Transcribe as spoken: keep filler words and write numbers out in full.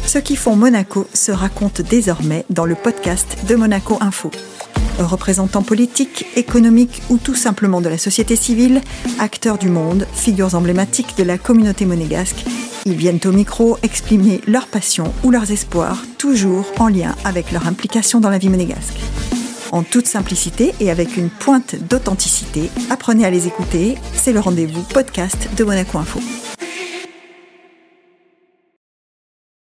Ceux qui font Monaco se racontent désormais dans le podcast de Monaco Info. Représentants politiques, économiques ou tout simplement de la société civile, acteurs du monde, figures emblématiques de la communauté monégasque, ils viennent au micro exprimer leurs passions ou leurs espoirs, toujours en lien avec leur implication dans la vie monégasque. En toute simplicité et avec une pointe d'authenticité, apprenez à les écouter, c'est le rendez-vous podcast de Monaco Info.